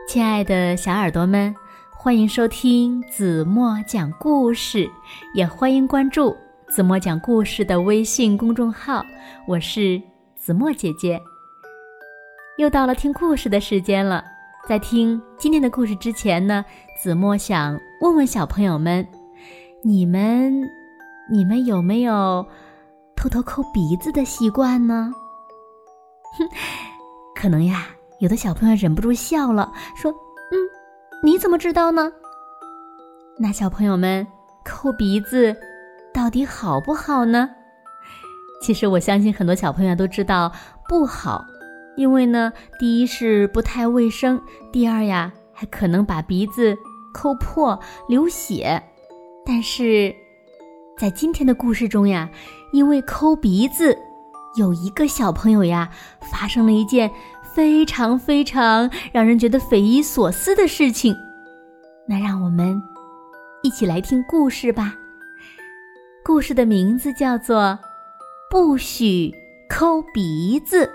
亲爱的小耳朵们，欢迎收听子墨讲故事，也欢迎关注子墨讲故事的微信公众号，我是子墨姐姐。又到了听故事的时间了，在听今天的故事之前呢，子墨想问问小朋友们，你们有没有偷偷抠鼻子的习惯呢？可能呀，有的小朋友忍不住笑了，说你怎么知道呢？那小朋友们，抠鼻子到底好不好呢？其实我相信很多小朋友都知道不好，因为呢，第一是不太卫生，第二呀，还可能把鼻子抠破流血。但是在今天的故事中呀，因为抠鼻子，有一个小朋友呀，发生了一件非常让人觉得匪夷所思的事情。那让我们一起来听故事吧。故事的名字叫做不许抠鼻子。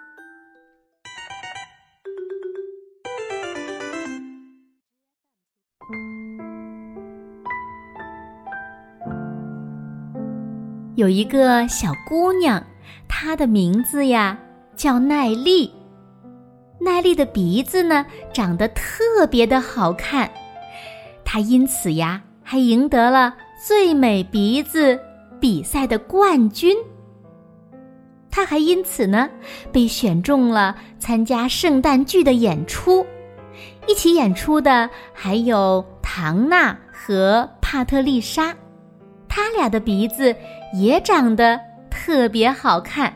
有一个小姑娘，她的名字呀叫奈丽。奈丽的鼻子呢长得特别的好看，她因此呀还赢得了最美鼻子比赛的冠军。她还因此呢被选中了参加圣诞剧的演出，一起演出的还有唐娜和帕特丽莎，她俩的鼻子也长得特别好看。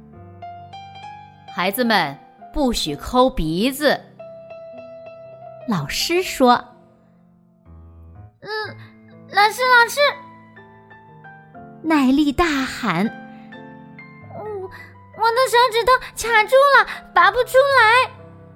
孩子们，不许抠鼻子。 老师说。 老师。 奈丽大喊。 我的手指头卡住了，拔不出来。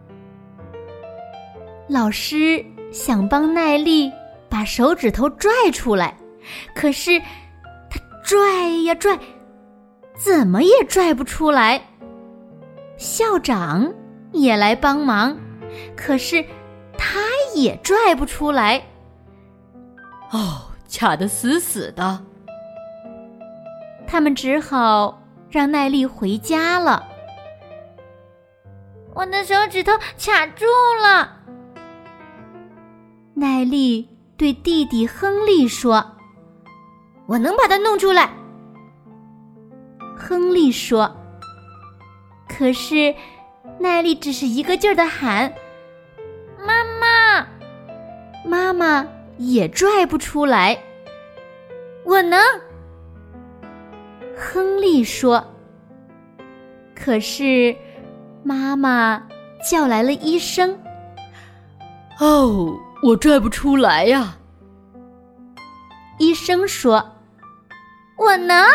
老师想帮奈丽把手指头拽出来，可是他拽呀拽，怎么也拽不出来。校长也来帮忙，可是他也拽不出来。 卡得死死的。 他们只好让奈丽回家了。 我的手指头卡住了。 奈丽对弟弟亨利说： 我能把它弄出来。 亨利说。可是奈丽只是一个劲儿地喊妈妈，妈妈也拽不出来。 我能。 亨利说。可是妈妈叫来了医生。 我拽不出来呀。 医生说。 我能。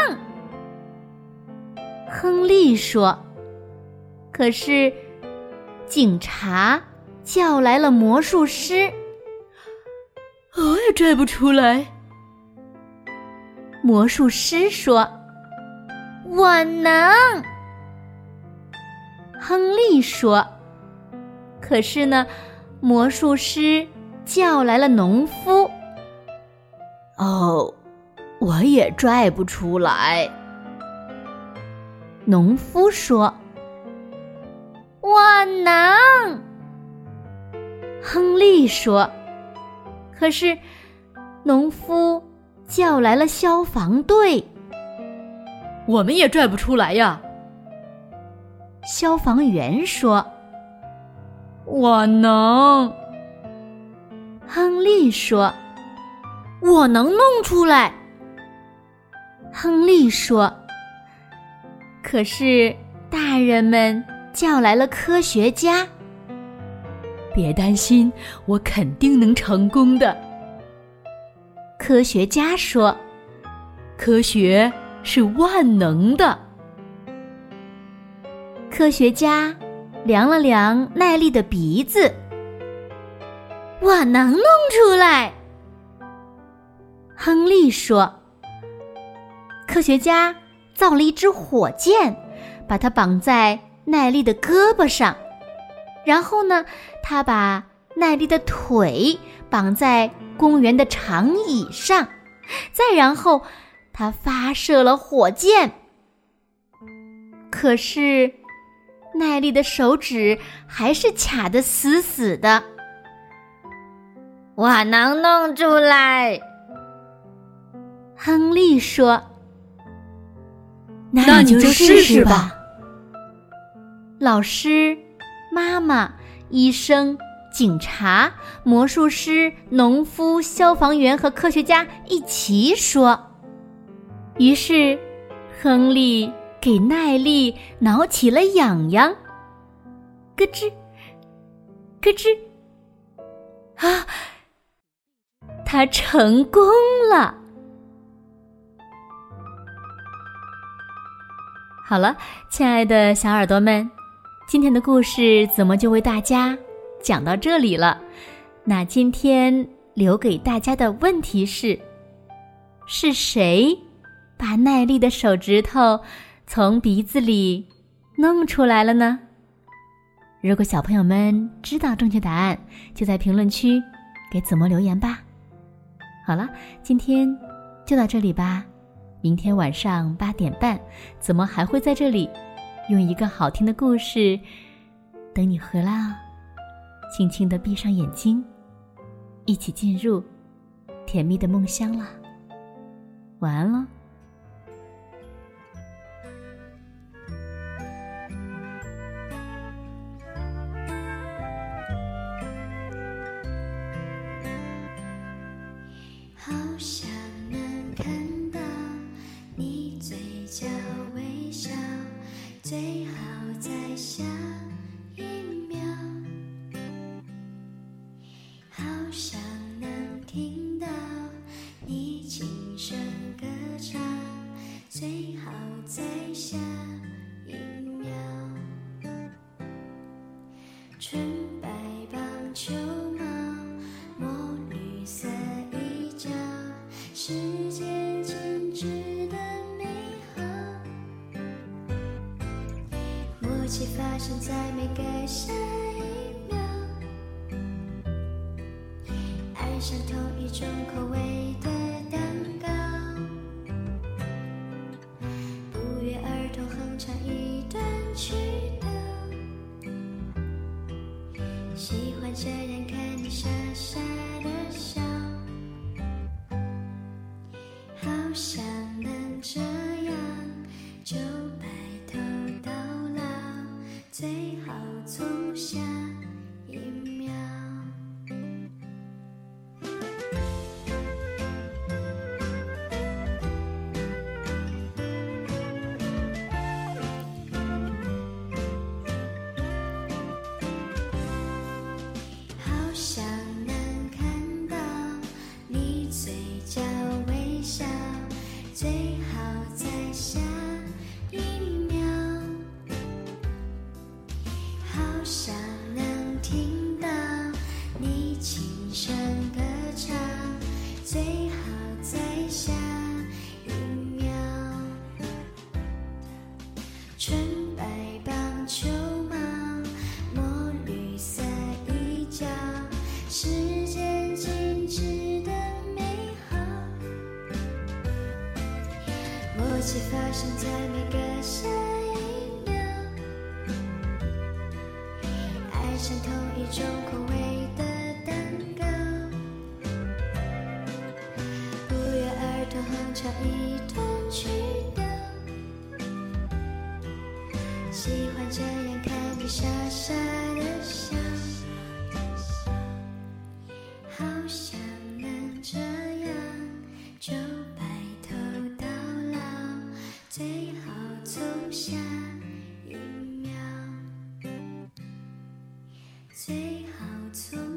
亨利说。可是警察叫来了魔术师。 我也拽不出来。 魔术师说。 我能。 亨利说。可是呢，魔术师叫来了农夫。 我也拽不出来。 农夫说。 我能。 亨利说。可是农夫叫来了消防队。 我们也拽不出来呀。 消防员说。 我能。 亨利说。 我能弄出来。 亨利说。可是大人们叫来了科学家。 别担心，我肯定能成功的。 科学家说。 科学是万能的。 科学家量了量奈丽的鼻子。 我能弄出来。 亨利说。科学家造了一支火箭，把它绑在奈丽的胳膊上，然后呢，他把奈利的腿绑在公园的长椅上，再然后他发射了火箭。可是奈利的手指还是卡得死死的。 我能弄出来， 亨利说。 那你就试试吧。 老师、妈妈、医生、警察、魔术师、农夫、消防员和科学家一起说。于是亨利给奈利挠起了痒痒，咯吱咯吱，啊，他成功了。好了，亲爱的小耳朵们，今天的故事怎么就为大家讲到这里了？那今天留给大家的问题是谁把奈利的手指头从鼻子里弄出来了呢？如果小朋友们知道正确答案，就在评论区给子墨留言吧。好了，今天就到这里吧。明天晚上8点半，子墨还会在这里用一个好听的故事等你回来哦。轻轻地闭上眼睛，一起进入甜蜜的梦乡了。晚安喽。 好想能看到你嘴角微笑，最好在下一秒。好想能听到你轻声歌唱，最好在下一秒。纯白棒球帽，墨绿色衣角，世界静止的美好，默契发生在每个下一秒，爱上同一种口味的蛋糕，不约而同哼唱一段曲调，喜欢这样看你傻傻的笑，好想能这样就白头到老，最好从下一秒。好想能看到你嘴角微笑，最好在下一秒。好想能听到你轻声歌唱，最好在下一秒。纯白棒球帽，墨绿色衣角，时间静止的美好，默契发生在每个下一秒，爱上同一种口味的蛋糕，不约而同哼唱一段曲调，喜欢这样看你傻傻的笑，好想能这样就白头到老，最好从下一秒，最好从